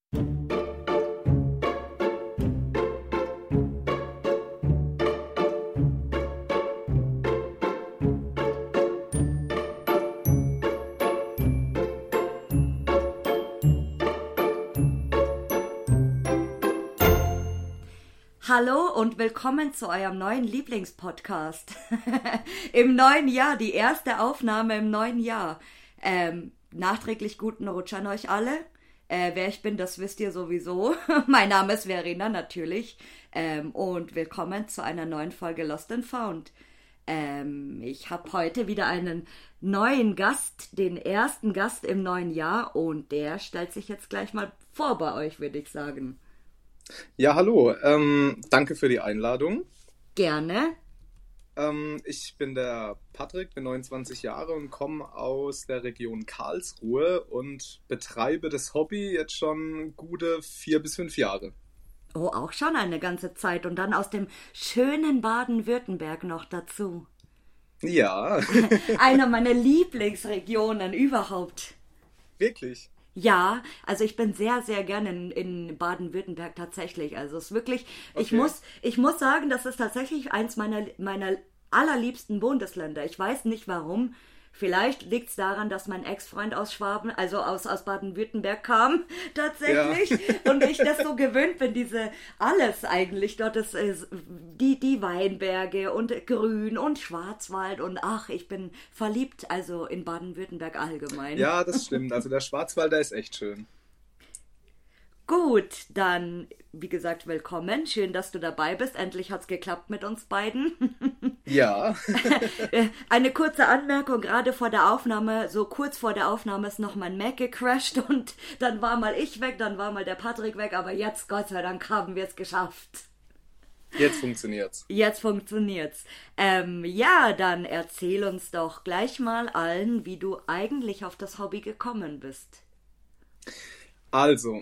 Hallo und willkommen zu eurem neuen Lieblingspodcast. Im neuen Jahr, die erste Aufnahme im neuen Jahr. Nachträglich guten Rutsch an euch alle. Wer ich bin, das wisst ihr sowieso. Mein Name ist Verena natürlich. Und willkommen zu einer neuen Folge Lost and Found. Ich habe heute wieder einen neuen Gast, den ersten Gast im neuen Jahr. Und der stellt sich jetzt gleich mal vor bei euch, würde ich sagen. Ja, hallo. Danke für die Einladung. Gerne. Ich bin der Patrick, bin 29 Jahre und komme aus der Region Karlsruhe und betreibe das Hobby jetzt schon gute 4 bis 5 Jahre. Oh, auch schon eine ganze Zeit und dann aus dem schönen Baden-Württemberg noch dazu. Ja. Einer meiner Lieblingsregionen überhaupt. Wirklich? Ja, also ich bin sehr, sehr gerne in Baden-Württemberg tatsächlich. Also es ist wirklich, Okay. ich muss sagen, das ist tatsächlich eins meiner allerliebsten Bundesländer. Ich weiß nicht warum. Vielleicht liegt es daran, dass mein Ex-Freund aus Schwaben, also aus Baden-Württemberg kam, tatsächlich. Ja. Und ich das so gewöhnt bin, alles eigentlich. Dort ist die Weinberge und Grün und Schwarzwald und ach, ich bin verliebt, also in Baden-Württemberg allgemein. Ja, das stimmt. Also der Schwarzwald, der ist echt schön. Gut, dann, wie gesagt, willkommen. Schön, dass du dabei bist. Endlich hat's geklappt mit uns beiden. Ja. Eine kurze Anmerkung, gerade vor der Aufnahme, so kurz vor der Aufnahme ist noch mein Mac gecrashed und dann war mal ich weg, dann war mal der Patrick weg, aber jetzt, Gott sei Dank, haben wir es geschafft. Jetzt funktioniert's. Jetzt funktioniert's. Ja, dann erzähl uns doch gleich mal allen, wie du eigentlich auf das Hobby gekommen bist. Also,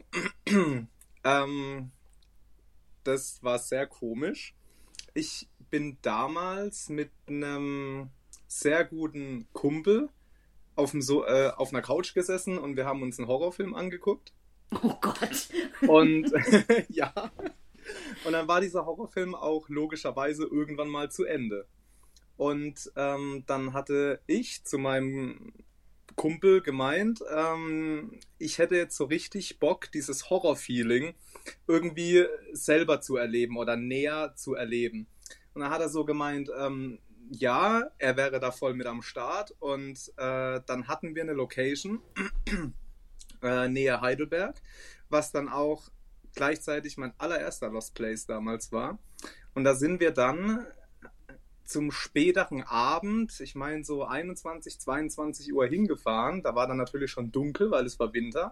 das war sehr komisch. Ich bin damals mit einem sehr guten Kumpel auf einer Couch gesessen und wir haben uns einen Horrorfilm angeguckt. Oh Gott. Und ja, und dann war dieser Horrorfilm auch logischerweise irgendwann mal zu Ende. Und dann hatte ich zu meinem Kumpel gemeint, ich hätte jetzt so richtig Bock, dieses Horror-Feeling irgendwie selber zu erleben oder näher zu erleben. Und dann hat er so gemeint, ja, er wäre da voll mit am Start. Und dann hatten wir eine Location nähe Heidelberg, was dann auch gleichzeitig mein allererster Lost Place damals war. Und da sind wir dann zum späteren Abend, ich meine so 21, 22 Uhr hingefahren. Da war dann natürlich schon dunkel, weil es war Winter.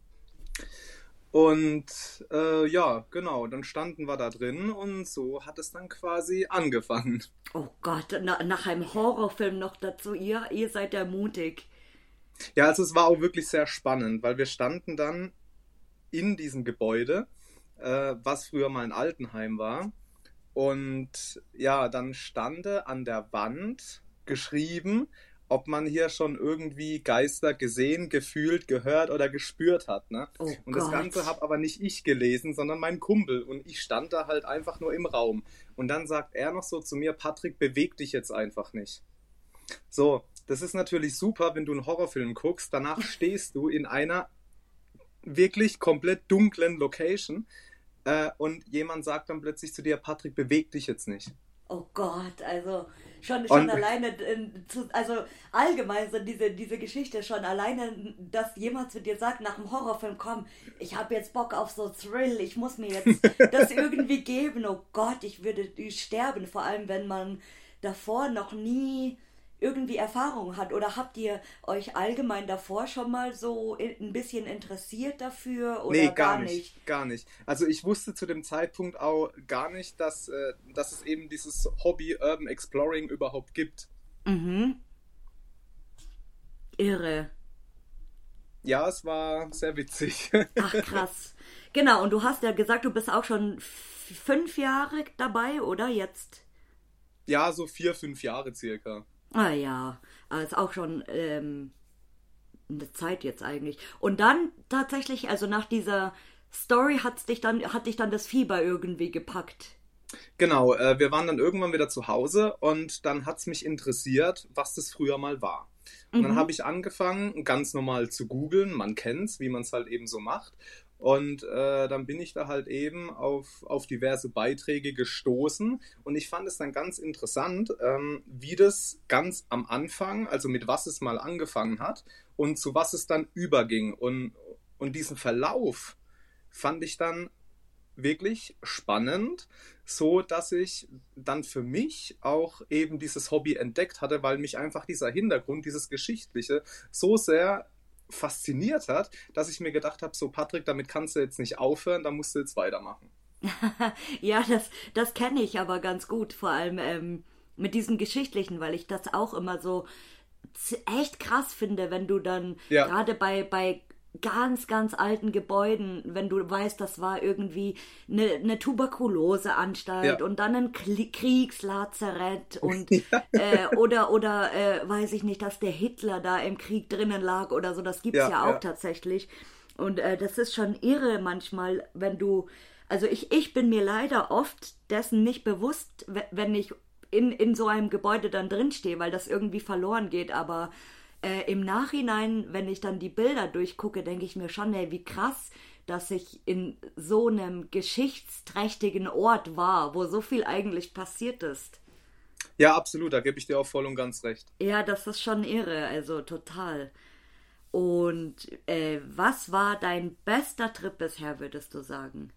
Und ja, genau, dann standen wir da drin und so hat es dann quasi angefangen. Oh Gott, nach einem Horrorfilm noch dazu, ihr seid ja mutig. Ja, also es war auch wirklich sehr spannend, weil wir standen dann in diesem Gebäude, was früher mal ein Altenheim war. Und ja, dann stand an der Wand geschrieben, ob man hier schon irgendwie Geister gesehen, gefühlt, gehört oder gespürt hat. Ne? Oh Und das Ganze Gott. habe aber nicht ich gelesen, sondern mein Kumpel. Und ich stand da halt einfach nur im Raum. Und dann sagt er noch so zu mir, Patrick, beweg dich jetzt einfach nicht. So, das ist natürlich super, wenn du einen Horrorfilm guckst. Danach stehst du in einer wirklich komplett dunklen Location und jemand sagt dann plötzlich zu dir, Patrick, beweg dich jetzt nicht. Oh Gott, also schon Und alleine, also allgemein so diese Geschichte schon alleine, dass jemand zu dir sagt nach dem Horrorfilm, komm, ich habe jetzt Bock auf so Thrill, ich muss mir jetzt das irgendwie geben. Oh Gott, ich würde sterben, vor allem wenn man davor noch nie irgendwie Erfahrung hat. Oder habt ihr euch allgemein davor schon mal so ein bisschen interessiert dafür oder nee, gar nicht? gar nicht. Also ich wusste zu dem Zeitpunkt auch gar nicht, dass es eben dieses Hobby Urban Exploring überhaupt gibt. Mhm. Irre. Ja, es war sehr witzig. Ach krass. Genau, und du hast ja gesagt, du bist auch schon 5 Jahre dabei, oder jetzt? Ja, so 4, 5 Jahre circa. Ah ja, ist auch schon eine Zeit jetzt eigentlich. Und dann tatsächlich, also nach dieser Story hat dich dann das Fieber irgendwie gepackt. Genau, wir waren dann irgendwann wieder zu Hause und dann hat es mich interessiert, was das früher mal war. Und dann habe Mhm. ich angefangen, ganz normal zu googeln, man kennt's, wie man es halt eben so macht. Und dann bin ich da halt eben auf diverse Beiträge gestoßen und ich fand es dann ganz interessant, wie das ganz am Anfang, also mit was es mal angefangen hat und zu was es dann überging. Und diesen Verlauf fand ich dann wirklich spannend, so dass ich dann für mich auch eben dieses Hobby entdeckt hatte, weil mich einfach dieser Hintergrund, dieses Geschichtliche so sehr fasziniert hat, dass ich mir gedacht habe, so Patrick, damit kannst du jetzt nicht aufhören, da musst du jetzt weitermachen. Ja, das kenne ich aber ganz gut, vor allem mit diesem Geschichtlichen, weil ich das auch immer so echt krass finde, wenn du dann Ja, gerade bei ganz, ganz alten Gebäuden, wenn du weißt, das war irgendwie eine Tuberkuloseanstalt ja, und dann ein Kriegslazarett und ja, oder weiß ich nicht, dass der Hitler da im Krieg drinnen lag oder so, das gibt's ja, ja auch ja, tatsächlich. Und das ist schon irre manchmal, wenn du, also ich bin mir leider oft dessen nicht bewusst, wenn ich in so einem Gebäude dann drinstehe, weil das irgendwie verloren geht, aber im Nachhinein, wenn ich dann die Bilder durchgucke, denke ich mir schon, ey, wie krass, dass ich in so einem geschichtsträchtigen Ort war, wo so viel eigentlich passiert ist. ja, absolut, da gebe ich dir auch voll und ganz recht. Ja, das ist schon irre, also total. Und was war dein bester Trip bisher, würdest du sagen?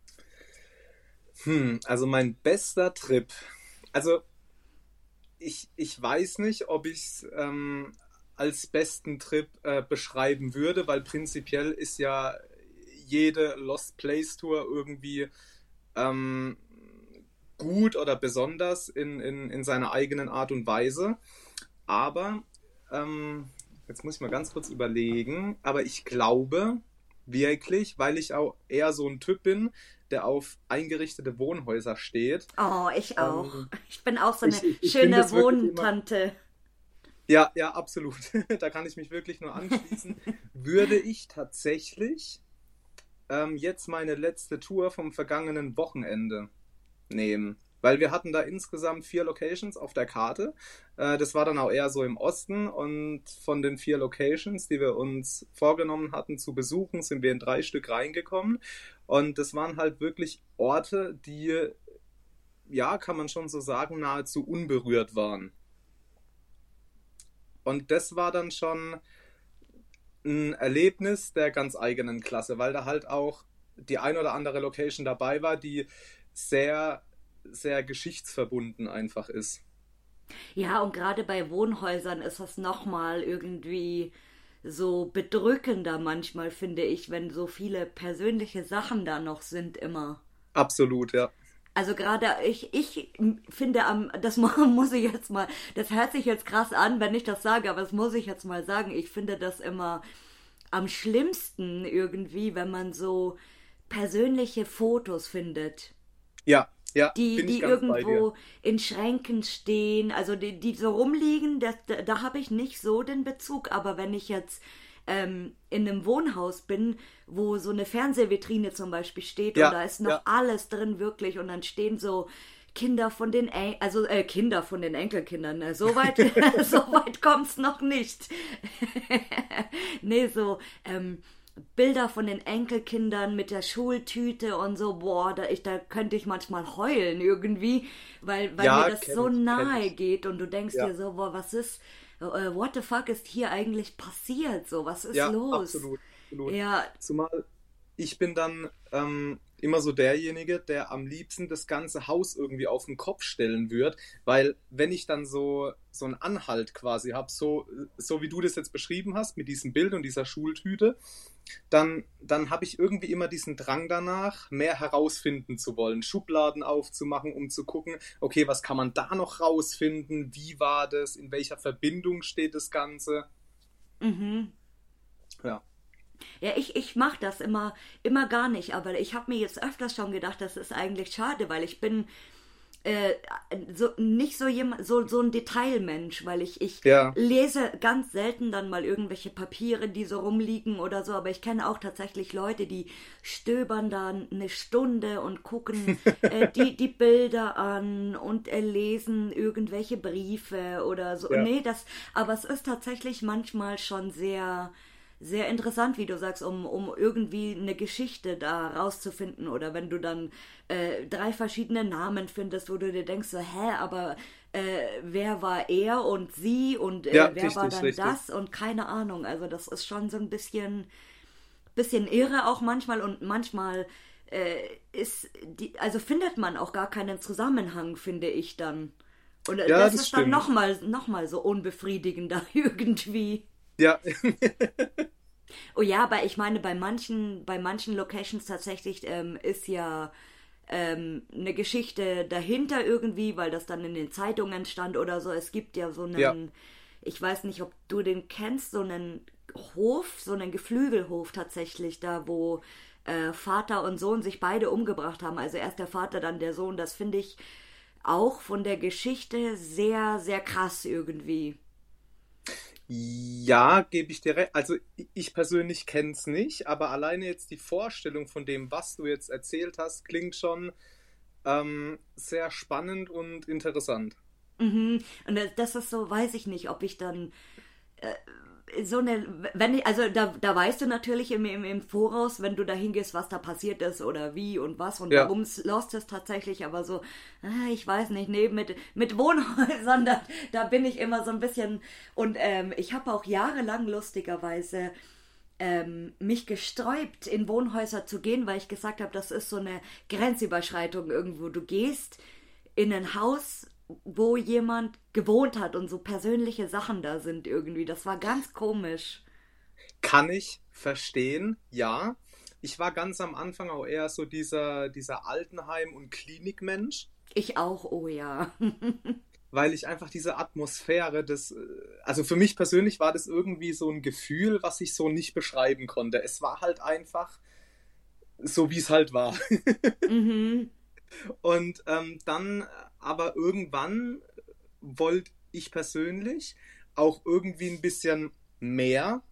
Also mein bester Trip. Also ich weiß nicht, ob ich es als besten Trip beschreiben würde, weil prinzipiell ist ja jede Lost Place Tour irgendwie ähm, gut oder besonders in seiner eigenen Art und Weise. Aber jetzt muss ich mal ganz kurz überlegen, aber ich glaube wirklich, weil ich auch eher so ein Typ bin, der auf eingerichtete Wohnhäuser steht. Oh, ich auch. Ähm, Ich bin auch so eine ich finde schöne es wirklich immer. Wohntante. Ja, ja, absolut. Da kann ich mich wirklich nur anschließen. Würde ich tatsächlich jetzt meine letzte Tour vom vergangenen Wochenende nehmen. Weil wir hatten da insgesamt 4 Locations auf der Karte. Das war dann auch eher so im Osten. Und von den 4 Locations, die wir uns vorgenommen hatten zu besuchen, sind wir in 3 Stück reingekommen. Und das waren halt wirklich Orte, die, ja, kann man schon so sagen, nahezu unberührt waren. Und das war dann schon ein Erlebnis der ganz eigenen Klasse, weil da halt auch die ein oder andere Location dabei war, die sehr, sehr geschichtsverbunden einfach ist. Ja, und gerade bei Wohnhäusern ist das nochmal irgendwie so bedrückender manchmal, finde ich, wenn so viele persönliche Sachen da noch sind immer. Absolut, ja. Also gerade ich finde das muss ich jetzt mal, das hört sich jetzt krass an, wenn ich das sage, aber das muss ich jetzt mal sagen. Ich finde das immer am schlimmsten irgendwie, wenn man so persönliche Fotos findet, Ja, ja, die, bin ich die ganz bei dir. irgendwo in Schränken stehen, also die so rumliegen, da habe ich nicht so den Bezug. Aber wenn ich jetzt in einem Wohnhaus bin, wo so eine Fernsehvitrine zum Beispiel steht und Ja, da ist noch ja, alles drin wirklich und dann stehen so Kinder von den Enkelkindern, ne? So weit, so weit kommt's noch nicht. Nee, so Bilder von den Enkelkindern mit der Schultüte und so, boah, da könnte ich manchmal heulen irgendwie, weil mir ja, das so kenn nahe ich. geht und du denkst Ja, dir so, boah, what the fuck ist hier eigentlich passiert? So, was ist ja, los? absolut, absolut. Ja, Zumal ich bin dann immer so derjenige, der am liebsten das ganze Haus irgendwie auf den Kopf stellen wird, weil wenn ich dann so einen Anhalt quasi habe, so wie du das jetzt beschrieben hast, mit diesem Bild und dieser Schultüte, dann habe ich irgendwie immer diesen Drang danach, mehr herausfinden zu wollen, Schubladen aufzumachen, um zu gucken, okay, was kann man da noch rausfinden, wie war das, in welcher Verbindung steht das Ganze. Ja, ja, ich mache das immer gar nicht, aber ich habe mir jetzt öfters schon gedacht, das ist eigentlich schade, weil ich bin äh, so nicht so jemand, so ein Detailmensch, weil ich Ja, lese ganz selten dann mal irgendwelche Papiere, die so rumliegen oder so, aber ich kenne auch tatsächlich Leute, die stöbern dann eine Stunde und gucken die Bilder an und lesen irgendwelche Briefe oder so. ja, Nee, aber es ist tatsächlich manchmal schon sehr interessant, wie du sagst, um irgendwie eine Geschichte da rauszufinden. Oder wenn du dann 3 verschiedene Namen findest, wo du dir denkst, so, hä, aber wer war er und sie und ja, wer war richtig, dann richtig. das und keine Ahnung. Also das ist schon so ein bisschen irre auch manchmal und manchmal also findet man auch gar keinen Zusammenhang, finde ich dann. Und Ja, das das ist dann stimmt. noch mal so unbefriedigender irgendwie. Ja, Oh ja, aber ich meine, bei manchen Locations tatsächlich ist ja eine Geschichte dahinter irgendwie, weil das dann in den Zeitungen stand oder so. Es gibt ja so ja. einen, ich weiß nicht, ob du den kennst, so einen Hof, so einen Geflügelhof tatsächlich, da wo Vater und Sohn sich beide umgebracht haben. Also erst der Vater, dann der Sohn. Das finde ich auch von der Geschichte sehr, sehr krass irgendwie. Ja, gebe ich dir recht. Also ich persönlich kenne es nicht, aber alleine jetzt die Vorstellung von dem, was du jetzt erzählt hast, klingt schon sehr spannend und interessant. Mhm. Und das ist so, weiß ich nicht, ob ich dann so eine, wenn ich, also da weißt du natürlich im Voraus, wenn du da hingehst, was da passiert ist oder wie und was und Ja, warum es Lost ist tatsächlich, aber so, ich weiß nicht, nee, mit Wohnhäusern, da bin ich immer so ein bisschen und ich habe auch jahrelang lustigerweise mich gesträubt, in Wohnhäuser zu gehen, weil ich gesagt habe, das ist so eine Grenzüberschreitung irgendwo. Du gehst in ein Haus, wo jemand gewohnt hat und so persönliche Sachen da sind irgendwie. Das war ganz komisch. kann ich verstehen, ja. Ich war ganz am Anfang auch eher so dieser Altenheim- und Klinikmensch, Ich auch, oh ja. weil ich einfach diese Atmosphäre, also für mich persönlich war das irgendwie so ein Gefühl, was ich so nicht beschreiben konnte. Es war halt einfach so, wie es halt war. Mhm. Und dann aber irgendwann wollte ich persönlich auch irgendwie ein bisschen mehr.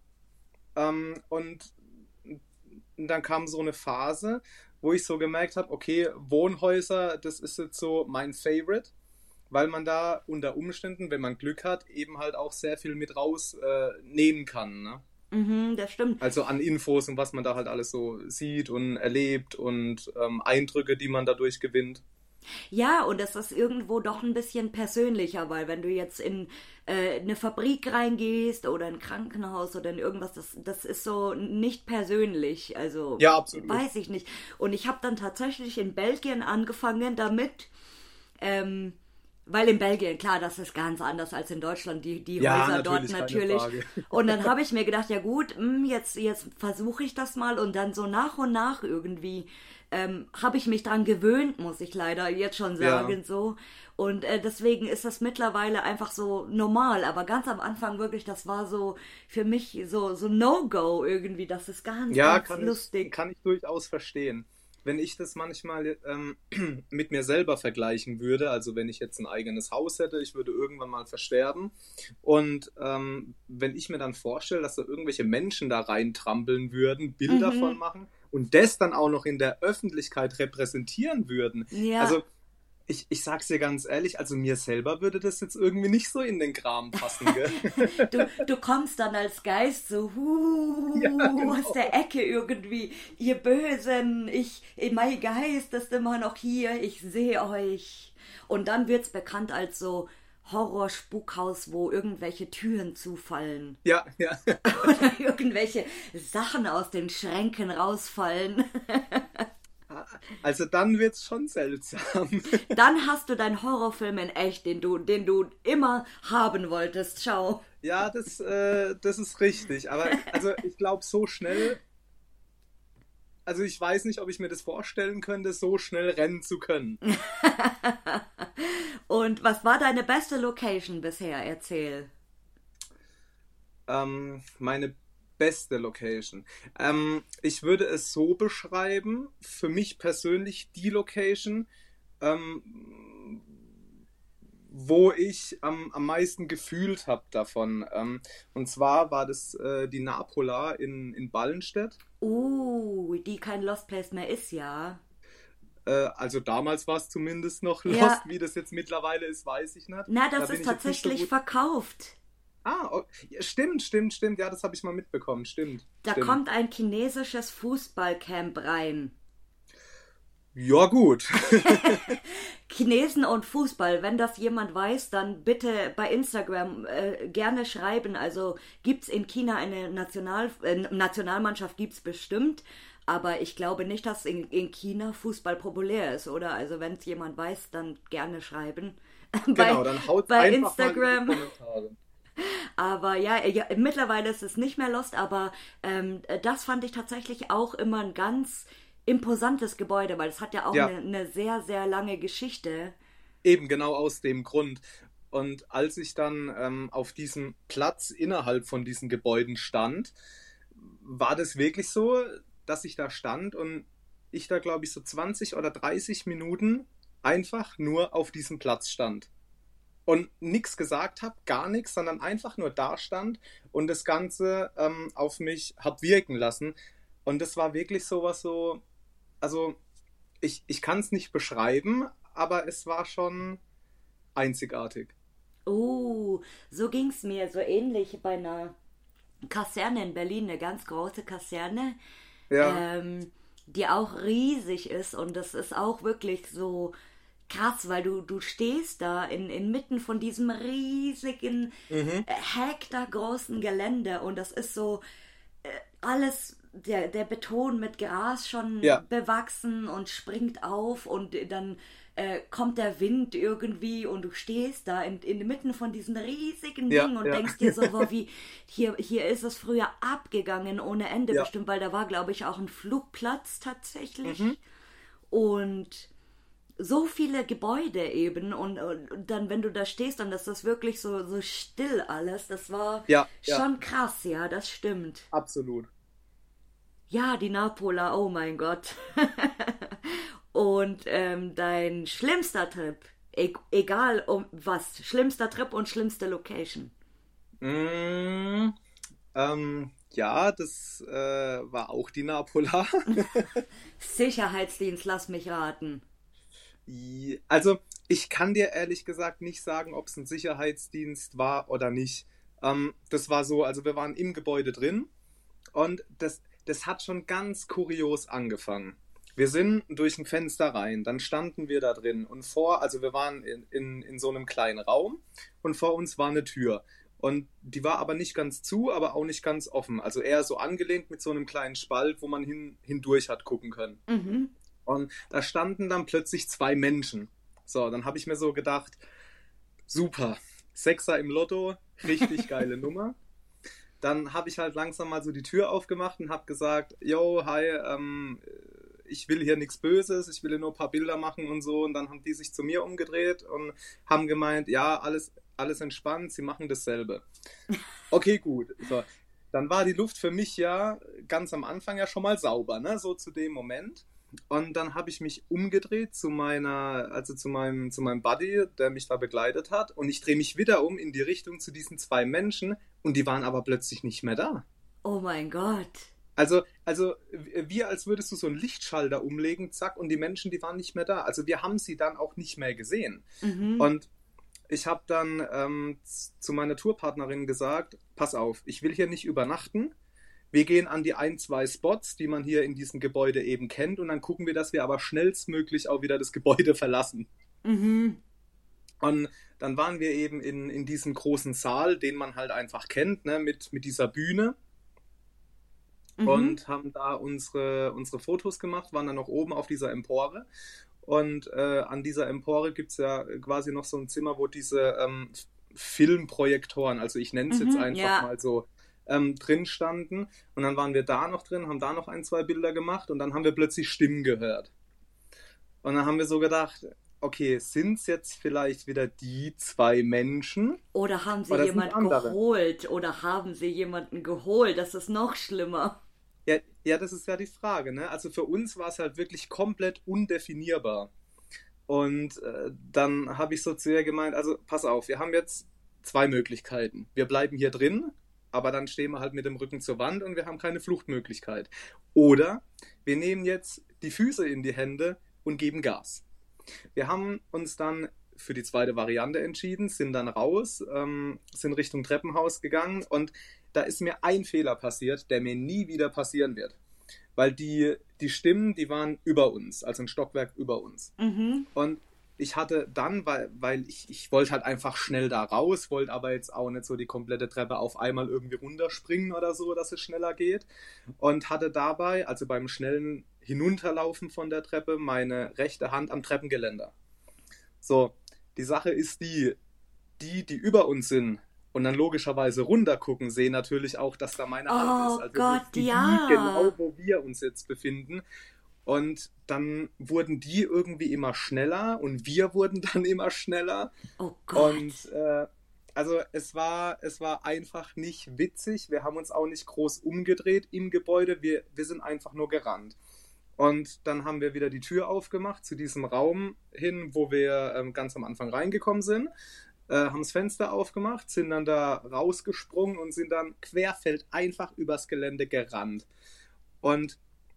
Und dann kam so eine Phase, wo ich so gemerkt habe, okay, Wohnhäuser, das ist jetzt so mein Favorite, weil man da unter Umständen, wenn man Glück hat, eben halt auch sehr viel mit rausnehmen kann. Ne? Mhm, das stimmt. Also an Infos und was man da halt alles so sieht und erlebt und Eindrücke, die man dadurch gewinnt. Ja, und das ist irgendwo doch ein bisschen persönlicher, weil wenn du jetzt in eine Fabrik reingehst oder ein Krankenhaus oder in irgendwas, das ist so nicht persönlich. Also Ja, absolut. weiß ich nicht. Und ich habe dann tatsächlich in Belgien angefangen damit, ähm, weil in Belgien, klar, das ist ganz anders als in Deutschland, die Ja, Häuser dort natürlich, keine natürlich. Frage. Und dann habe ich mir gedacht, ja gut, jetzt versuche ich das mal und dann so nach und nach irgendwie habe ich mich dran gewöhnt, muss ich leider jetzt schon Ja. sagen, so. Und deswegen ist das mittlerweile einfach so normal. Aber ganz am Anfang wirklich, das war so für mich so No-Go irgendwie. Das ist ganz, Ja, ganz lustig. kann ich durchaus verstehen. Wenn ich das manchmal mit mir selber vergleichen würde, also wenn ich jetzt ein eigenes Haus hätte, ich würde irgendwann mal versterben und wenn ich mir dann vorstelle, dass da irgendwelche Menschen da reintrampeln würden, Bilder von Mhm. machen und das dann auch noch in der Öffentlichkeit repräsentieren würden, Ja, also ich sag's dir ganz ehrlich, also mir selber würde das jetzt irgendwie nicht so in den Kram passen, gell? du kommst dann als Geist so Ja, aus der genau. Ecke irgendwie. Ihr Bösen, mein Geist ist immer noch hier, ich sehe euch. Und dann wird's bekannt als so Horror-Spukhaus, wo irgendwelche Türen zufallen. Ja, ja. Oder irgendwelche Sachen aus den Schränken rausfallen. Also dann wird's schon seltsam. Dann hast du deinen Horrorfilm in echt, den du immer haben wolltest. Schau. Ja, das ist richtig. Aber also ich glaube, so schnell, also ich weiß nicht, ob ich mir das vorstellen könnte, so schnell rennen zu können. Und was war deine beste Location bisher? Erzähl. Meine beste Location. Ich würde es so beschreiben, für mich persönlich die Location, ähm, wo ich am meisten gefühlt habe davon. Und zwar war das die Napola in Ballenstedt. Die kein Lost Place mehr ist, ja. Also damals war es zumindest noch Ja, Lost, wie das jetzt mittlerweile ist, weiß ich nicht. na, Da das bin ist ich jetzt nicht so tatsächlich gut. verkauft. Ja, stimmt. Ja, das habe ich mal mitbekommen. Da Stimmt. kommt ein chinesisches Fußballcamp rein. Ja, gut. Chinesen und Fußball, wenn das jemand weiß, dann bitte bei Instagram gerne schreiben. Also gibt's in China eine Nationalmannschaft, gibt's bestimmt, aber ich glaube nicht, dass in China Fußball populär ist, oder? Also wenn es jemand weiß, dann gerne schreiben bei, Genau, dann haut's bei einfach mal in die Instagram. Kommentare. Aber ja, mittlerweile ist es nicht mehr Lost, aber das fand ich tatsächlich auch immer ein ganz imposantes Gebäude, weil es hat ja auch Ja, eine sehr, sehr lange Geschichte. eben genau aus dem Grund. Und als ich dann auf diesem Platz innerhalb von diesen Gebäuden stand, war das wirklich so, dass ich da stand und ich da, glaube ich, so 20 oder 30 Minuten einfach nur auf diesem Platz stand. Und nichts gesagt habe, gar nichts, sondern einfach nur da stand und das Ganze auf mich hab wirken lassen. Und das war wirklich sowas so, also ich kann es nicht beschreiben, aber es war schon einzigartig. Oh, so ging's mir, so ähnlich bei einer Kaserne in Berlin, eine ganz große Kaserne, Ja, ähm, die auch riesig ist und das ist auch wirklich so krass, weil du stehst da inmitten von diesem riesigen, mhm. hektargroßen Gelände und das ist so alles, der Beton mit Gras schon Ja, bewachsen und springt auf und dann kommt der Wind irgendwie und du stehst da inmitten von diesen riesigen ja, Dingen und ja, denkst dir so, wow, wie, hier ist es früher abgegangen ohne Ende ja. bestimmt, weil da war, glaube ich, auch ein Flugplatz Mhm. tatsächlich und so viele Gebäude eben und dann, wenn du da stehst und das ist wirklich so still alles, das war Ja, ja, schon krass, ja, das stimmt. absolut. Ja, die Napola, oh mein Gott. Und dein schlimmster Trip, egal um was, schlimmster Trip und schlimmste Location. Mm, ja, das war auch die Napola. Sicherheitsdienst, lass mich raten. Also, ich kann dir ehrlich gesagt nicht sagen, ob es ein Sicherheitsdienst war oder nicht. Das war so, also wir waren im Gebäude drin und das hat schon ganz kurios angefangen. Wir sind durch ein Fenster rein, dann standen wir da drin und also wir waren in so einem kleinen Raum und vor uns war eine Tür. Und die war aber nicht ganz zu, aber auch nicht ganz offen. Also eher so angelehnt mit so einem kleinen Spalt, wo man hindurch hat gucken können. Mhm. Und da standen dann plötzlich zwei Menschen. So, dann habe ich mir so gedacht, super, Sechser im Lotto, richtig geile Nummer. Dann habe ich halt langsam mal so die Tür aufgemacht und habe gesagt, yo, hi, ich will hier nichts Böses, ich will hier nur ein paar Bilder machen und so. Und dann haben die sich zu mir umgedreht und haben gemeint, ja, alles entspannt, sie machen dasselbe. Okay, gut. So, dann war die Luft für mich ja ganz am Anfang ja schon mal sauber, ne? So zu dem Moment. Und dann habe ich mich umgedreht also zu meinem Buddy, der mich da begleitet hat. Und ich drehe mich wieder um in die Richtung zu diesen zwei Menschen und die waren aber plötzlich nicht mehr da. Oh mein Gott. Also wie als würdest du so einen Lichtschalter umlegen, zack, und die Menschen, die waren nicht mehr da. Also wir haben sie dann auch nicht mehr gesehen. Mhm. Und ich habe dann zu meiner Tourpartnerin gesagt, pass auf, ich will hier nicht übernachten. Wir gehen an die ein, zwei Spots, die man hier in diesem Gebäude eben kennt, und dann gucken wir, dass wir aber schnellstmöglich auch wieder das Gebäude verlassen. Mhm. Und dann waren wir eben in diesem großen Saal, den man halt einfach kennt, ne, mit dieser Bühne Mhm. und haben da unsere Fotos gemacht, waren dann noch oben auf dieser Empore. Und an dieser Empore gibt es ja quasi noch so ein Zimmer, wo diese Filmprojektoren, also ich nenne es jetzt Mhm. einfach Ja. mal so, drin standen. Und dann waren wir da noch drin, haben da noch ein, zwei Bilder gemacht und dann haben wir plötzlich Stimmen gehört. Und dann haben wir so gedacht, okay, sind es jetzt vielleicht wieder die zwei Menschen Oder haben sie oder sind es jemand andere? geholt? Oder haben sie jemanden geholt? Das ist noch schlimmer. Ja, ja, das ist ja die Frage, ne? Also für uns war es halt wirklich komplett undefinierbar. Und dann habe ich so zu ihr gemeint, also pass auf, wir haben jetzt zwei Möglichkeiten. Wir bleiben hier drin, aber dann stehen wir halt mit dem Rücken zur Wand und wir haben keine Fluchtmöglichkeit. Oder wir nehmen jetzt die Füße in die Hände und geben Gas. Wir haben uns dann für die zweite Variante entschieden, sind dann raus, sind Richtung Treppenhaus gegangen und da ist mir ein Fehler passiert, der mir nie wieder passieren wird. Weil die Stimmen, die waren über uns, also ein Stockwerk über uns. Mhm. Und ich hatte dann, weil ich wollte halt einfach schnell da raus, wollte aber jetzt auch nicht so die komplette Treppe auf einmal irgendwie runterspringen oder so, dass es schneller geht. Und hatte dabei, also beim schnellen Hinunterlaufen von der Treppe, meine rechte Hand am Treppengeländer. So, die Sache ist die über uns sind und dann logischerweise runtergucken, sehen natürlich auch, dass da meine Hand ist. Also Gott, die ja. genau, wo wir uns jetzt befinden. Und dann wurden die irgendwie immer schneller und wir wurden dann immer schneller. Oh Gott. Und also es war einfach nicht witzig. Wir haben uns auch nicht groß umgedreht im Gebäude. Wir sind einfach nur gerannt. Und dann haben wir wieder die Tür aufgemacht zu diesem Raum hin, wo wir ganz am Anfang reingekommen sind. Haben das Fenster aufgemacht, sind dann da rausgesprungen und sind dann querfeld einfach übers Gelände gerannt. Und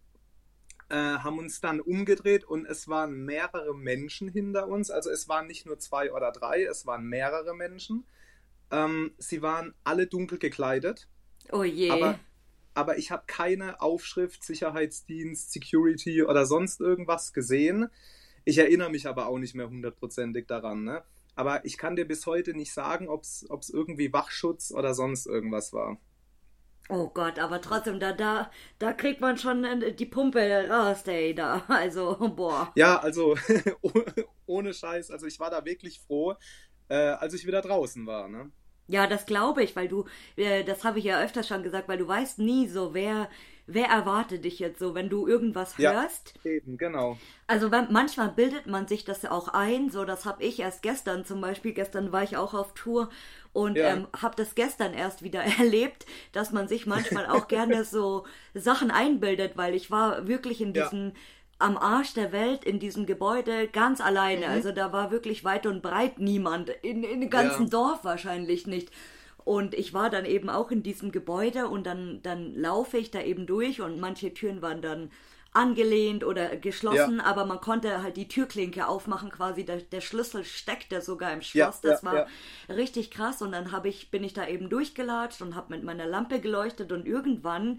haben uns dann umgedreht und es waren mehrere Menschen hinter uns. Also es waren nicht nur 2 oder 3, es waren mehrere Menschen. Sie waren alle dunkel gekleidet. Oh je. Aber ich habe keine Aufschrift, Sicherheitsdienst, Security oder sonst irgendwas gesehen. Ich erinnere mich aber auch nicht mehr hundertprozentig daran, ne? Aber ich kann dir bis heute nicht sagen, ob es irgendwie Wachschutz oder sonst irgendwas war. Oh Gott, aber trotzdem, da kriegt man schon die Pumpe raus, ey, da. Also, boah. Ja, also ohne Scheiß. Also ich war da wirklich froh, als ich wieder draußen war, ne? Ja, das glaube ich, weil du, das habe ich ja öfters schon gesagt, weil du weißt nie so, wer erwartet dich jetzt so, wenn du irgendwas hörst. Ja, eben, genau. Also manchmal bildet man sich das ja auch ein, so das habe ich erst gestern zum Beispiel, gestern war ich auch auf Tour und habe das gestern erst wieder erlebt, dass man sich manchmal auch gerne so Sachen einbildet, weil ich war wirklich in diesem am Arsch der Welt in diesem Gebäude ganz alleine. Also da war wirklich weit und breit niemand, in dem ganzen Dorf wahrscheinlich nicht. Und ich war dann eben auch in diesem Gebäude und dann laufe ich da eben durch und manche Türen waren dann angelehnt oder geschlossen, aber man konnte halt die Türklinke aufmachen quasi, der Schlüssel steckte sogar im Schloss, das war richtig krass und dann bin ich da eben durchgelatscht und habe mit meiner Lampe geleuchtet und irgendwann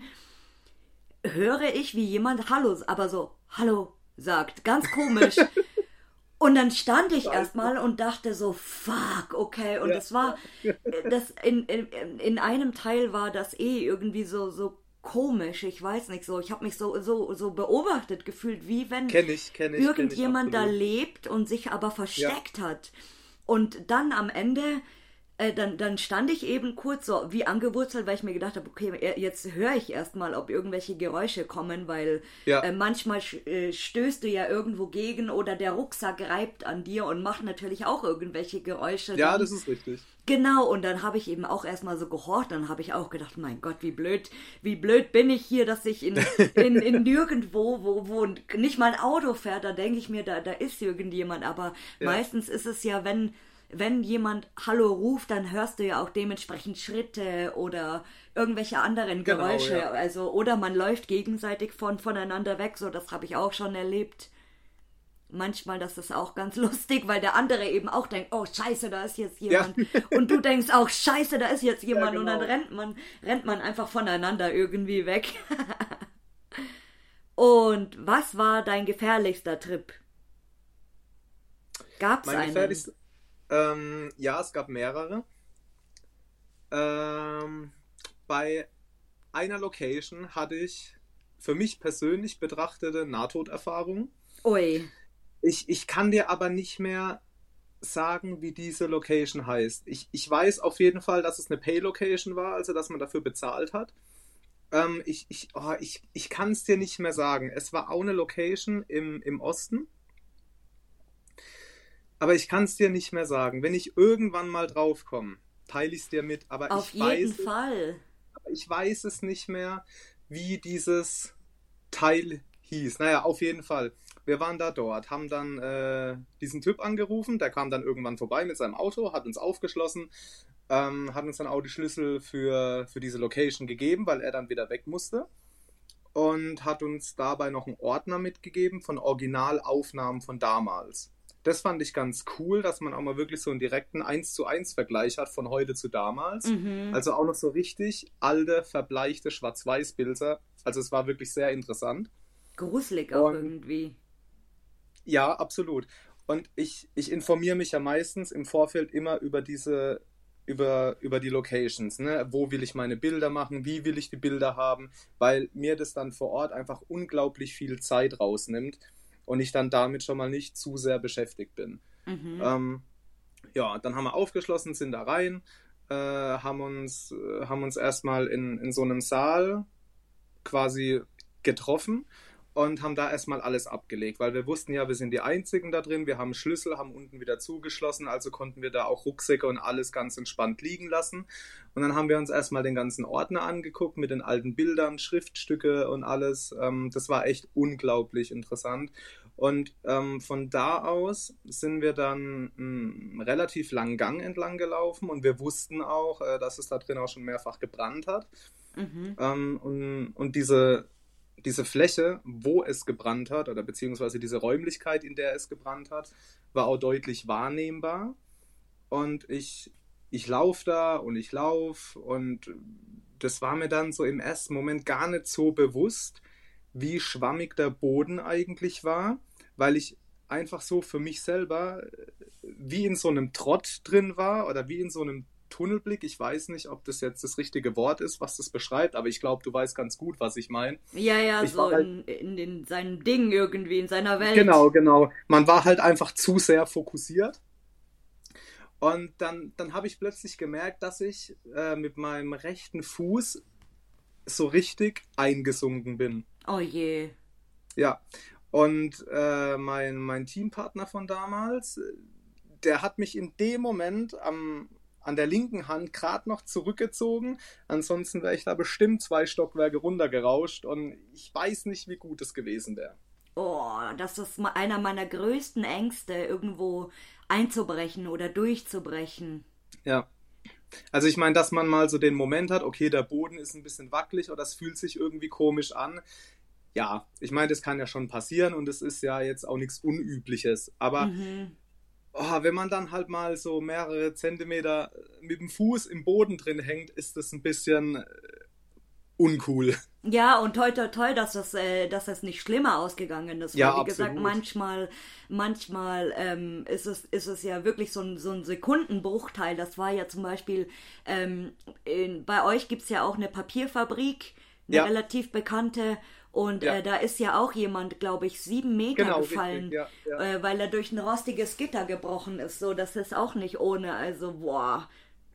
höre ich, wie jemand Hallo, aber so Hallo sagt, ganz komisch. Und dann stand ich erstmal und dachte so, fuck, okay. Und es war, das in einem Teil war das irgendwie so komisch, ich weiß nicht so. Ich habe mich so beobachtet gefühlt, wie wenn irgendjemand da lebt und sich aber versteckt hat. Und dann am Ende dann stand ich eben kurz so wie angewurzelt, weil ich mir gedacht habe, okay, jetzt höre ich erstmal, ob irgendwelche Geräusche kommen, weil manchmal stößt du ja irgendwo gegen oder der Rucksack reibt an dir und macht natürlich auch irgendwelche Geräusche. Ja, dann. Das ist richtig. Genau, und dann habe ich eben auch erstmal so gehorcht, dann habe ich auch gedacht, mein Gott, wie blöd bin ich hier, dass ich in nirgendwo, wo nicht mal ein Auto fährt, da denke ich mir, da ist irgendjemand, aber meistens ist es ja, wenn jemand Hallo ruft, dann hörst du ja auch dementsprechend Schritte oder irgendwelche anderen Geräusche. Genau, also, oder man läuft gegenseitig voneinander weg, so das habe ich auch schon erlebt. Manchmal, das ist auch ganz lustig, weil der andere eben auch denkt, oh scheiße, da ist jetzt jemand. Ja. Und du denkst auch, scheiße, da ist jetzt jemand. Ja, genau. Und dann rennt man einfach voneinander irgendwie weg. Und was war dein gefährlichster Trip? Gab's einen? Ja, es gab mehrere. Bei einer Location hatte ich für mich persönlich betrachtete Nahtoderfahrung. Ui. Ich kann dir aber nicht mehr sagen, wie diese Location heißt. Ich weiß auf jeden Fall, dass es eine Pay-Location war, also dass man dafür bezahlt hat. Ich kann es dir nicht mehr sagen. Es war auch eine Location im Osten. Aber ich kann es dir nicht mehr sagen. Wenn ich irgendwann mal draufkomme, teile ich es dir mit. Aber auf jeden Fall. Aber ich weiß es nicht mehr, wie dieses Teil hieß. Naja, auf jeden Fall. Wir waren da dort, haben dann diesen Typ angerufen, der kam dann irgendwann vorbei mit seinem Auto, hat uns aufgeschlossen, hat uns dann auch die Schlüssel für diese Location gegeben, weil er dann wieder weg musste. Und hat uns dabei noch einen Ordner mitgegeben von Originalaufnahmen von damals. Das fand ich ganz cool, dass man auch mal wirklich so einen direkten 1:1 Vergleich hat von heute zu damals. Also auch noch so richtig alte, verbleichte Schwarz-Weiß-Bilder. Also es war wirklich sehr interessant. Gruselig auch irgendwie. Ja, absolut. Und ich informiere mich ja meistens im Vorfeld immer über über die Locations, ne? Wo will ich meine Bilder machen, wie will ich die Bilder haben, weil mir das dann vor Ort einfach unglaublich viel Zeit rausnimmt und ich dann damit schon mal nicht zu sehr beschäftigt bin. Ja, dann haben wir aufgeschlossen, sind da rein, haben uns erstmal in so einem Saal quasi getroffen und haben da erstmal alles abgelegt, weil wir wussten ja, wir sind die Einzigen da drin, wir haben Schlüssel, haben unten wieder zugeschlossen, also konnten wir da auch Rucksäcke und alles ganz entspannt liegen lassen. Und dann haben wir uns erstmal den ganzen Ordner angeguckt mit den alten Bildern, Schriftstücke und alles. Das war echt unglaublich interessant. Und von da aus sind wir dann einen relativ langen Gang entlang gelaufen und wir wussten auch, dass es da drin auch schon mehrfach gebrannt hat. Und diese Fläche, wo es gebrannt hat, oder beziehungsweise diese Räumlichkeit, in der es gebrannt hat, war auch deutlich wahrnehmbar. Und ich laufe da und ich laufe und das war mir dann so im ersten Moment gar nicht so bewusst, wie schwammig der Boden eigentlich war, weil ich einfach so für mich selber wie in so einem Trott drin war oder wie in so einem Tunnelblick. Ich weiß nicht, ob das jetzt das richtige Wort ist, was das beschreibt, aber ich glaube, du weißt ganz gut, was ich meine. Ja, ich so halt in seinem Ding irgendwie, in seiner Welt. Genau. Man war halt einfach zu sehr fokussiert. Und dann habe ich plötzlich gemerkt, dass ich mit meinem rechten Fuß so richtig eingesunken bin. Oh je. Ja, und mein Teampartner von damals, der hat mich in dem Moment an der linken Hand gerade noch zurückgezogen. Ansonsten wäre ich da bestimmt 2 Stockwerke runtergerauscht und ich weiß nicht, wie gut es gewesen wäre. Oh, das ist einer meiner größten Ängste, irgendwo einzubrechen oder durchzubrechen. Ja. Also ich meine, dass man mal so den Moment hat, okay, der Boden ist ein bisschen wackelig oder es fühlt sich irgendwie komisch an. Ja, ich meine, das kann ja schon passieren und es ist ja jetzt auch nichts Unübliches. Aber wenn man dann halt mal so mehrere Zentimeter mit dem Fuß im Boden drin hängt, ist das ein bisschen uncool. Ja, und toi, dass das nicht schlimmer ausgegangen ist. Weil, Ja, wie absolut. gesagt, manchmal ist es ja wirklich so ein Sekundenbruchteil. Das war ja zum Beispiel, bei euch gibt's ja auch eine Papierfabrik, eine Ja. relativ bekannte. Und Ja. da ist ja auch jemand, glaube ich, 7 Meter Genau, gefallen, richtig, ja. weil er durch ein rostiges Gitter gebrochen ist. So, das ist auch nicht ohne. Also, boah.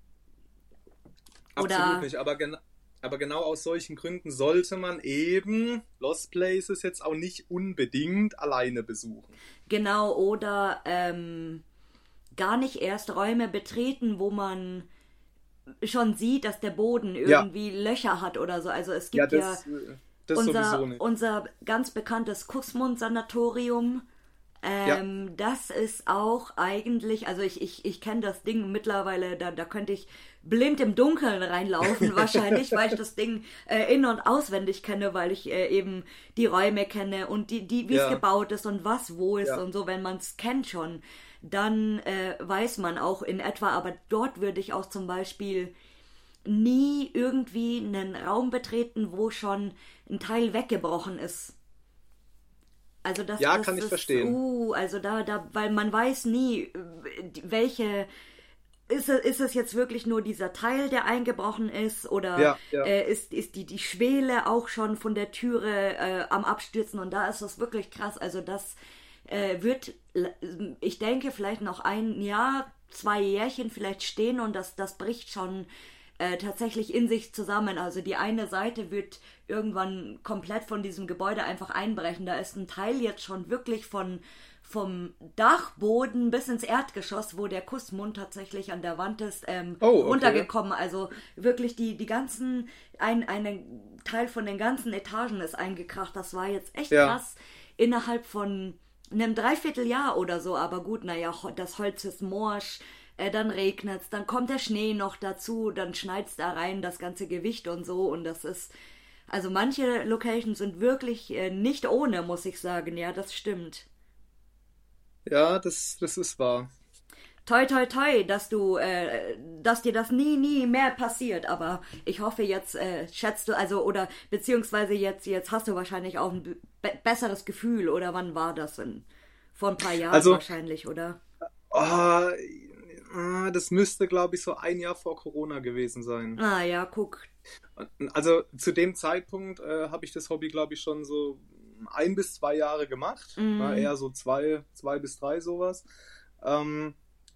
Absolut nicht, aber genau aus solchen Gründen sollte man eben Lost Places jetzt auch nicht unbedingt alleine besuchen. Genau, oder gar nicht erst Räume betreten, wo man schon sieht, dass der Boden irgendwie Löcher hat oder so. Also es gibt das sowieso nicht. unser ganz bekanntes Kussmund-Sanatorium. Das ist auch eigentlich, also ich kenne das Ding mittlerweile, da könnte ich blind im Dunkeln reinlaufen wahrscheinlich, weil ich das Ding in- und auswendig kenne, weil ich eben die Räume kenne und wie es gebaut ist und was wo ist und so. Wenn man es kennt schon, dann weiß man auch in etwa, aber dort würde ich auch zum Beispiel nie irgendwie einen Raum betreten, wo schon ein Teil weggebrochen ist. Also das kann ich ist, verstehen. Also weil man weiß nie, welche ist es jetzt wirklich nur dieser Teil, der eingebrochen ist, oder ist die Schwele auch schon von der Türe am Abstürzen, und da ist das wirklich krass. Also das wird, ich denke, vielleicht noch 1 Jahr, 2 Jährchen vielleicht stehen, und das bricht schon tatsächlich in sich zusammen. Also die eine Seite wird irgendwann komplett von diesem Gebäude einfach einbrechen. Da ist ein Teil jetzt schon wirklich vom Dachboden bis ins Erdgeschoss, wo der Kussmund tatsächlich an der Wand ist, runtergekommen. Also wirklich die ganzen, ein Teil von den ganzen Etagen ist eingekracht. Das war jetzt echt krass. Innerhalb von einem Dreivierteljahr oder so. Aber gut, naja, das Holz ist morsch. Dann regnet's, dann kommt der Schnee noch dazu, dann schneit's da rein, das ganze Gewicht und so. Und das ist, also manche Locations sind wirklich nicht ohne, muss ich sagen. Ja, das stimmt. Ja, das ist wahr. Toi, toi, toi, dass dass dir das nie mehr passiert. Aber ich hoffe, jetzt schätzt du, also, oder beziehungsweise jetzt hast du wahrscheinlich auch ein besseres Gefühl. Oder wann war das denn? Vor ein paar Jahren Also, wahrscheinlich, oder? oh, das müsste, glaube ich, so ein Jahr vor Corona gewesen sein. Ah ja, guck. Also zu dem Zeitpunkt habe ich das Hobby, glaube ich, schon so 1 bis 2 Jahre gemacht. Eher so zwei bis drei sowas. Ähm,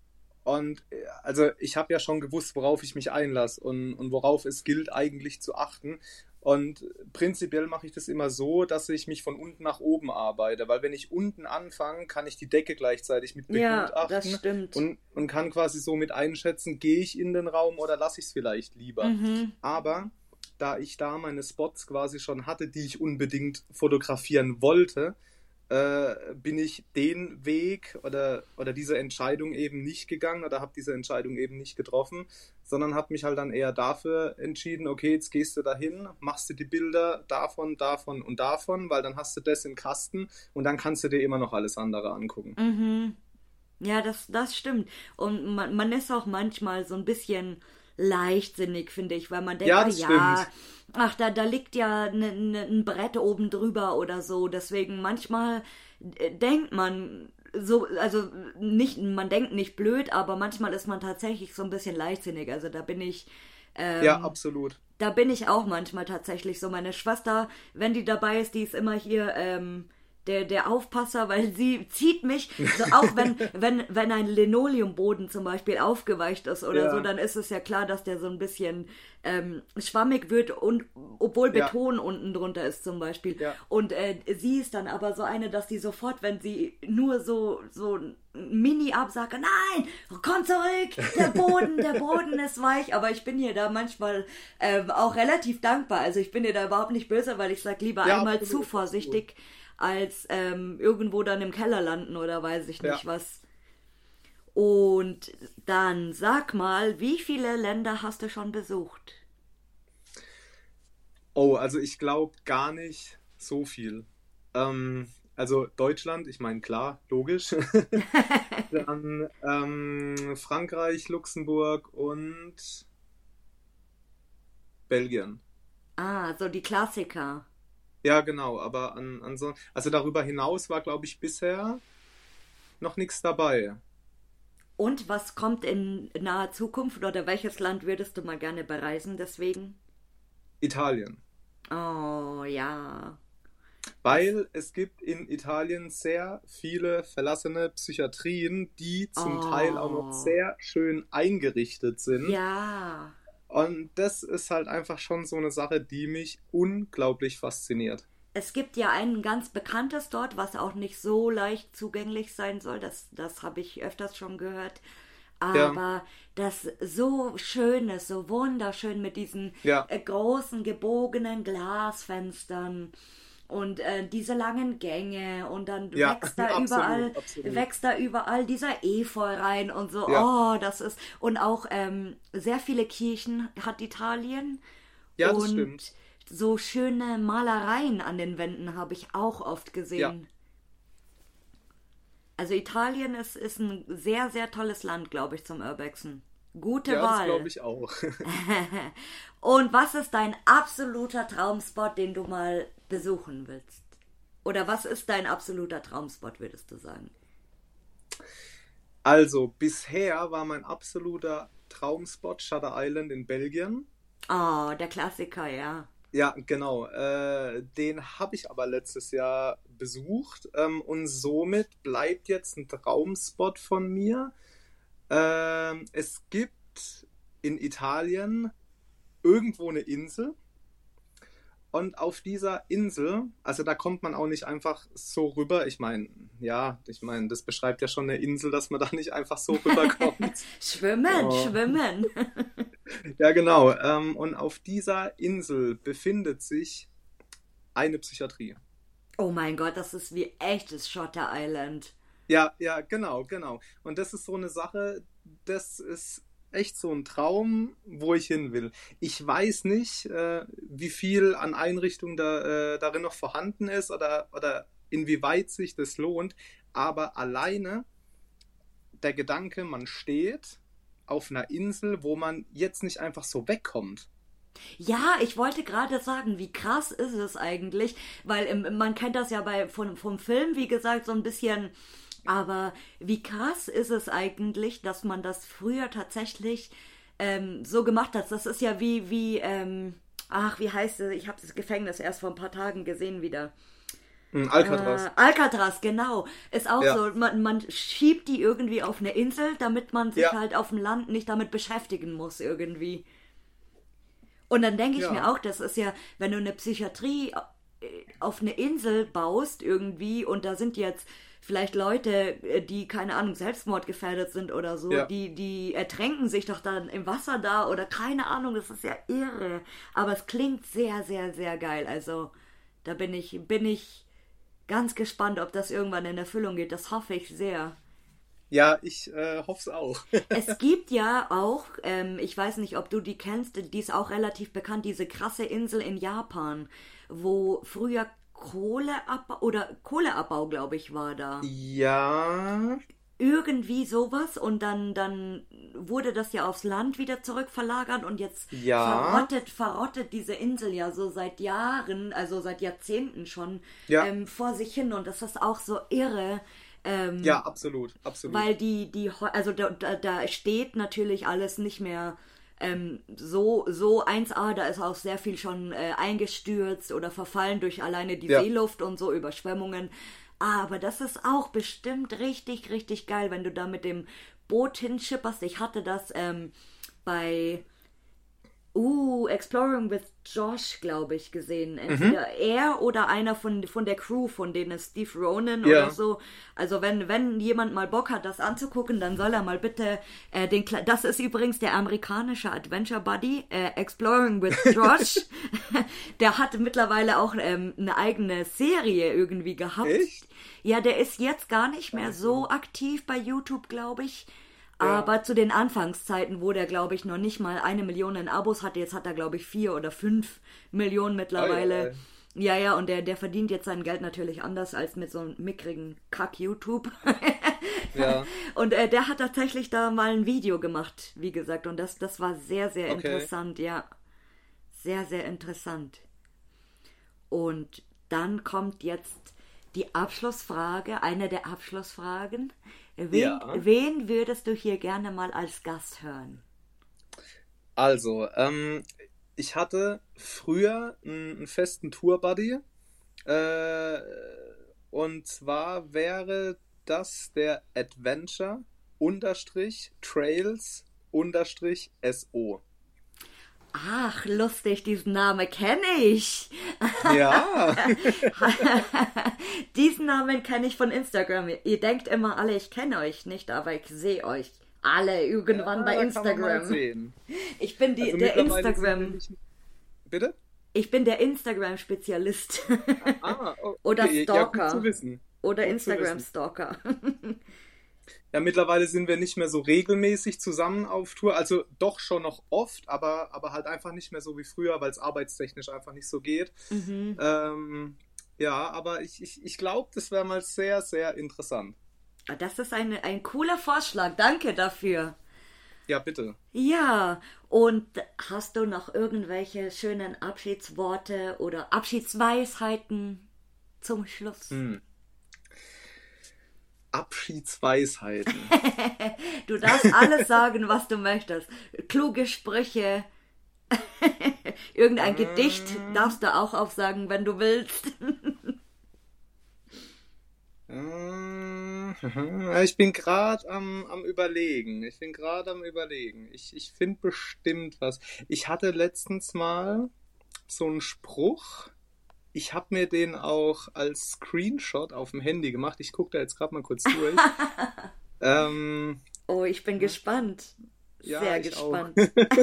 also ich habe ja schon gewusst, worauf ich mich einlasse und worauf es gilt eigentlich zu achten. Und prinzipiell mache ich das immer so, dass ich mich von unten nach oben arbeite, weil wenn ich unten anfange, kann ich die Decke gleichzeitig mit Ja, das begutachten stimmt. und kann quasi so mit einschätzen, gehe ich in den Raum oder lasse ich es vielleicht lieber. Aber da ich da meine Spots quasi schon hatte, die ich unbedingt fotografieren wollte, bin ich den Weg oder diese Entscheidung eben nicht gegangen oder habe diese Entscheidung eben nicht getroffen, sondern habe mich halt dann eher dafür entschieden, okay, jetzt gehst du dahin, machst du die Bilder davon, davon und davon, weil dann hast du das im Kasten und dann kannst du dir immer noch alles andere angucken. Ja, das stimmt. Und man ist auch manchmal so ein bisschen leichtsinnig, finde ich, weil man denkt, Ja, ah das ja, stimmt. ach, da liegt ja ein Brett oben drüber oder so. Deswegen manchmal denkt man so, also nicht, man denkt nicht blöd, aber manchmal ist man tatsächlich so ein bisschen leichtsinnig. Also Ja, ähm, absolut. da bin ich auch manchmal tatsächlich so. Meine Schwester, wenn die dabei ist, die ist immer hier der Aufpasser, weil sie zieht mich, so auch wenn ein Linoleumboden zum Beispiel aufgeweicht ist oder so, Ja, dann ist es ja klar, dass der so ein bisschen schwammig wird und obwohl ja, Beton unten drunter ist zum Beispiel. ja. Und sie ist dann aber so eine, dass die sofort, wenn sie nur so ein Mini-Absage, nein, komm zurück, der Boden ist weich, aber ich bin ihr da manchmal auch relativ dankbar. Also ich bin ihr da überhaupt nicht böse, weil ich sag lieber Ja, einmal zu absolut, absolut. vorsichtig, als irgendwo dann im Keller landen oder weiß ich Ja. nicht was. Und dann sag mal, wie viele Länder hast du schon besucht? Oh, also ich glaube gar nicht so viel. Also Deutschland, ich meine, klar, logisch. Dann Frankreich, Luxemburg und Belgien. Ah, so die Klassiker. Ja, genau, aber also darüber hinaus war, glaube ich, bisher noch nichts dabei. Und was kommt in naher Zukunft oder welches Land würdest du mal gerne bereisen deswegen? Italien. Oh ja. Das. Weil es gibt in Italien sehr viele verlassene Psychiatrien, die zum Teil auch noch Oh. sehr schön eingerichtet sind. Ja. Und das ist halt einfach schon so eine Sache, die mich unglaublich fasziniert. Es gibt ja ein ganz bekanntes dort, was auch nicht so leicht zugänglich sein soll. Das habe ich öfters schon gehört. Ja, Aber das so schön ist, so wunderschön mit diesen ja, großen gebogenen Glasfenstern und diese langen Gänge und dann ja, absolut, absolut. wächst da überall dieser Efeu rein und so. Ja, Oh, das ist und auch sehr viele Kirchen hat Italien ja, das und stimmt. so schöne Malereien an den Wänden habe ich auch oft Ja, gesehen. Also Italien ist ein sehr, sehr tolles Land, glaube ich, zum Urbexen. Gute ja, das glaube Wahl. ich auch. Und was ist dein absoluter Traumspot, den du mal besuchen willst? Oder was ist dein absoluter Traumspot, würdest du sagen? Also, bisher war mein absoluter Traumspot Shutter Island in Belgien. Oh, der Klassiker, ja. Ja, genau. Den habe ich aber letztes Jahr besucht und somit bleibt jetzt ein Traumspot von mir. Es gibt in Italien irgendwo eine Insel. Und auf dieser Insel, also da kommt man auch nicht einfach so rüber. Ich meine, das beschreibt ja schon eine Insel, dass man da nicht einfach so rüberkommt. Schwimmen. Ja, genau. Und auf dieser Insel befindet sich eine Psychiatrie. Oh mein Gott, das ist wie echtes Shutter Island. Ja, genau. Und das ist so eine Sache, das ist echt so ein Traum, wo ich hin will. Ich weiß nicht, wie viel an Einrichtungen darin noch vorhanden ist oder inwieweit sich das lohnt, aber alleine der Gedanke, man steht auf einer Insel, wo man jetzt nicht einfach so wegkommt. Ja, ich wollte gerade sagen, wie krass ist es eigentlich, weil man kennt das ja vom Film, wie gesagt, so ein bisschen, aber wie krass ist es eigentlich, dass man das früher tatsächlich so gemacht hat. Das ist ja wie heißt es? Ich habe das Gefängnis erst vor ein paar Tagen gesehen wieder. Alcatraz. Alcatraz, genau. Ist auch Ja. so, man schiebt die irgendwie auf eine Insel, damit man sich Ja. halt auf dem Land nicht damit beschäftigen muss irgendwie. Und dann denke ich Ja. mir auch, das ist ja, wenn du eine Psychiatrie auf eine Insel baust irgendwie und da sind jetzt vielleicht Leute, die, keine Ahnung, selbstmordgefährdet sind oder so, Ja. die ertränken sich doch dann im Wasser da oder keine Ahnung, das ist ja irre. Aber es klingt sehr, sehr, sehr geil. Also da bin ich ganz gespannt, ob das irgendwann in Erfüllung geht. Das hoffe ich sehr. Ja, ich hoffe es auch. Es gibt ja auch, ich weiß nicht, ob du die kennst, die ist auch relativ bekannt, diese krasse Insel in Japan, wo früher Kohleabbau, glaube ich, war da. Ja. Irgendwie sowas und dann wurde das ja aufs Land wieder zurückverlagert und jetzt Ja. verrottet diese Insel ja so seit Jahren, also seit Jahrzehnten schon Ja. vor sich hin und das ist auch so irre. Ja, absolut. Weil also da steht natürlich alles nicht mehr so 1A, da ist auch sehr viel schon eingestürzt oder verfallen durch alleine die Ja. Seeluft und so Überschwemmungen. Aber das ist auch bestimmt richtig, richtig geil, wenn du da mit dem Boot hinschipperst. Ich hatte das bei Exploring with Josh, glaube ich, gesehen. Entweder er oder einer von der Crew, von denen ist Steve Ronan Ja. oder so. Also wenn jemand mal Bock hat, das anzugucken, dann soll er mal bitte das ist übrigens der amerikanische Adventure Buddy, Exploring with Josh. Der hat mittlerweile auch eine eigene Serie irgendwie gehabt. Echt? Ja, der ist jetzt gar nicht mehr so aktiv bei YouTube, glaube ich. Ja. Aber zu den Anfangszeiten, wo der, glaube ich, noch nicht mal 1 Million in Abos hatte, jetzt hat er, glaube ich, 4 oder 5 Millionen mittlerweile. Ei, ei. Ja, und der verdient jetzt sein Geld natürlich anders als mit so einem mickrigen Kack-YouTube. Ja. Und der hat tatsächlich da mal ein Video gemacht, wie gesagt. Und das war sehr, sehr Okay. interessant, ja. Sehr, sehr interessant. Und dann kommt jetzt die Abschlussfrage, eine der Abschlussfragen. Ja. Wen würdest du hier gerne mal als Gast hören? Also, ich hatte früher einen festen Tour-Buddy. Und zwar wäre das der Adventure-Trails-SO. Ach, lustig, diesen Namen kenne ich. Ja. Diesen Namen kenne ich von Instagram. Ihr denkt immer alle, ich kenne euch nicht, aber ich sehe euch alle irgendwann bei Da kann man mal Instagram. sehen. Ich bin Also der mittlerweile sind wir Instagram. nicht- Bitte? Ich bin der Instagram-Spezialist. Okay. Oder Ja, Stalker. gut zu wissen. Oder Gut zu wissen. Instagram-Stalker. Ja, mittlerweile sind wir nicht mehr so regelmäßig zusammen auf Tour. Also doch schon noch oft, aber halt einfach nicht mehr so wie früher, weil es arbeitstechnisch einfach nicht so geht. Ja, aber ich glaube, das wäre mal sehr, sehr interessant. Das ist ein cooler Vorschlag. Danke dafür. Ja, bitte. Ja, und hast du noch irgendwelche schönen Abschiedsworte oder Abschiedsweisheiten zum Schluss? Abschiedsweisheiten. Du darfst alles sagen, was du möchtest. Kluge Sprüche. Irgendein Gedicht darfst du auch aufsagen, wenn du willst. Ich bin gerade am Überlegen. Ich finde bestimmt was. Ich hatte letztens mal so einen Spruch. Ich habe mir den auch als Screenshot auf dem Handy gemacht. Ich gucke da jetzt gerade mal kurz durch. Oh, ich bin gespannt. Ja, Sehr ich gespannt.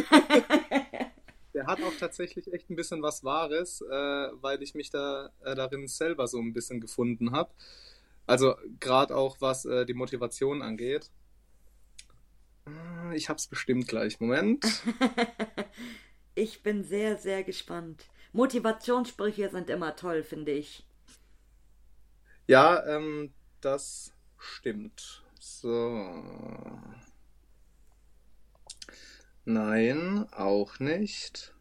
Der hat auch tatsächlich echt ein bisschen was Wahres, weil ich mich darin selber so ein bisschen gefunden habe. Also gerade auch was die Motivation angeht. Ich hab's bestimmt gleich. Moment. Ich bin sehr, sehr gespannt. Motivationssprüche sind immer toll, finde ich. Ja, das stimmt. So. Nein, auch nicht.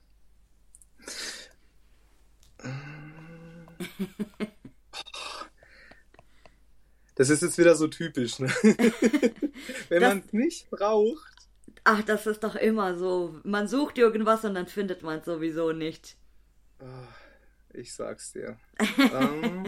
Das ist jetzt wieder so typisch, ne? Wenn Das, man es nicht braucht. ach, das ist doch immer so. Man sucht irgendwas und dann findet man es sowieso nicht. Ah, ich sag's dir. Ähm,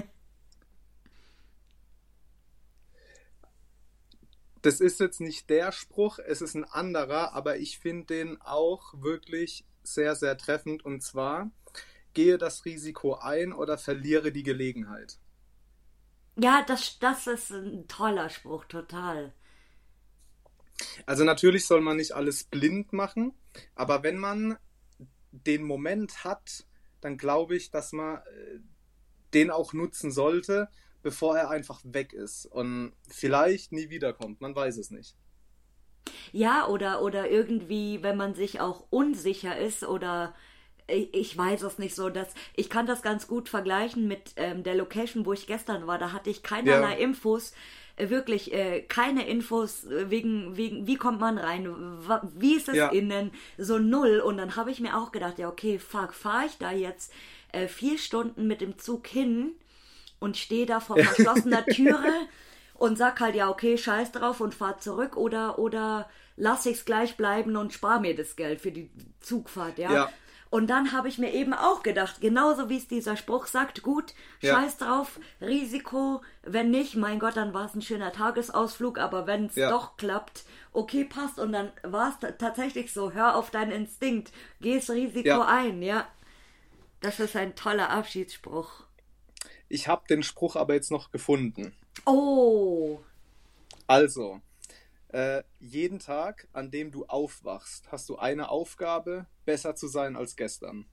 Das ist jetzt nicht der Spruch, es ist ein anderer, aber ich finde den auch wirklich sehr, sehr treffend. Und zwar, gehe das Risiko ein oder verliere die Gelegenheit. Ja, das ist ein toller Spruch, total. Also natürlich soll man nicht alles blind machen, aber wenn man den Moment hat, dann glaube ich, dass man den auch nutzen sollte, bevor er einfach weg ist und vielleicht nie wiederkommt. Man weiß es nicht. Ja, oder irgendwie, wenn man sich auch unsicher ist oder ich weiß es nicht so, dass ich kann das ganz gut vergleichen mit der Location, wo ich gestern war. Da hatte ich Ja, keinerlei Infos, wirklich keine Infos wegen, wie kommt man rein, wie ist es ja, innen, so null. Und dann habe ich mir auch gedacht, ja okay, fuck, fahre ich da jetzt 4 Stunden mit dem Zug hin und stehe da vor verschlossener Türe und sag halt, ja, okay, scheiß drauf und fahr zurück oder lass ich's gleich bleiben und spar mir das Geld für die Zugfahrt, ja. ja, Und dann habe ich mir eben auch gedacht, genauso wie es dieser Spruch sagt, gut, ja, scheiß drauf, Risiko, wenn nicht, mein Gott, dann war es ein schöner Tagesausflug, aber wenn es ja, doch klappt, okay, passt. Und dann war es tatsächlich so, hör auf deinen Instinkt, geh das Risiko ja. ein, ja. Das ist ein toller Abschiedsspruch. Ich habe den Spruch aber jetzt noch gefunden. Oh, Also, jeden Tag, an dem du aufwachst, hast du eine Aufgabe, besser zu sein als gestern.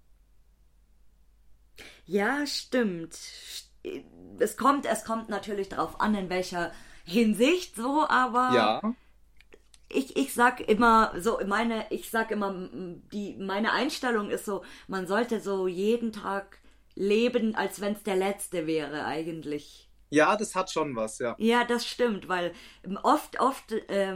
ja, stimmt. Es kommt natürlich darauf an, in welcher Hinsicht so, aber Ja, ich sag immer so, meine Einstellung ist so, man sollte so jeden Tag leben, als wenn es der letzte wäre eigentlich. ja, das hat schon was, ja. Ja, das stimmt, weil oft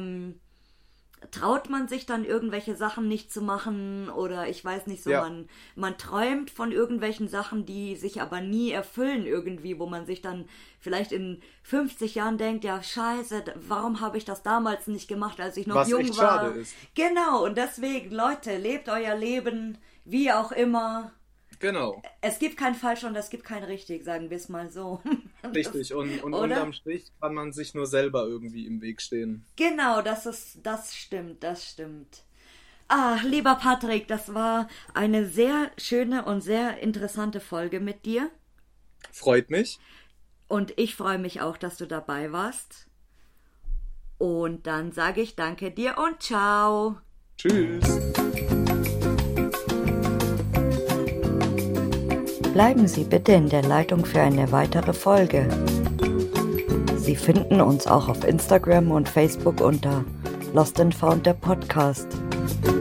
traut man sich dann irgendwelche Sachen nicht zu machen oder ich weiß nicht so, Ja, man träumt von irgendwelchen Sachen, die sich aber nie erfüllen irgendwie, wo man sich dann vielleicht in 50 Jahren denkt, ja scheiße, warum habe ich das damals nicht gemacht, als ich noch was echt jung schade war? ist. Genau, und deswegen, Leute, lebt euer Leben, wie auch immer. Genau, Es gibt kein falsch und es gibt kein richtig, sagen wir es mal so. Das, richtig. Und oder? unterm Strich kann man sich nur selber irgendwie im Weg stehen. Genau, das stimmt, das stimmt. Ah, lieber Patrick, das war eine sehr schöne und sehr interessante Folge mit dir. Freut mich. Und ich freue mich auch, dass du dabei warst. Und dann sage ich danke dir und ciao. Tschüss. Bleiben Sie bitte in der Leitung für eine weitere Folge. Sie finden uns auch auf Instagram und Facebook unter Lost and Found der Podcast.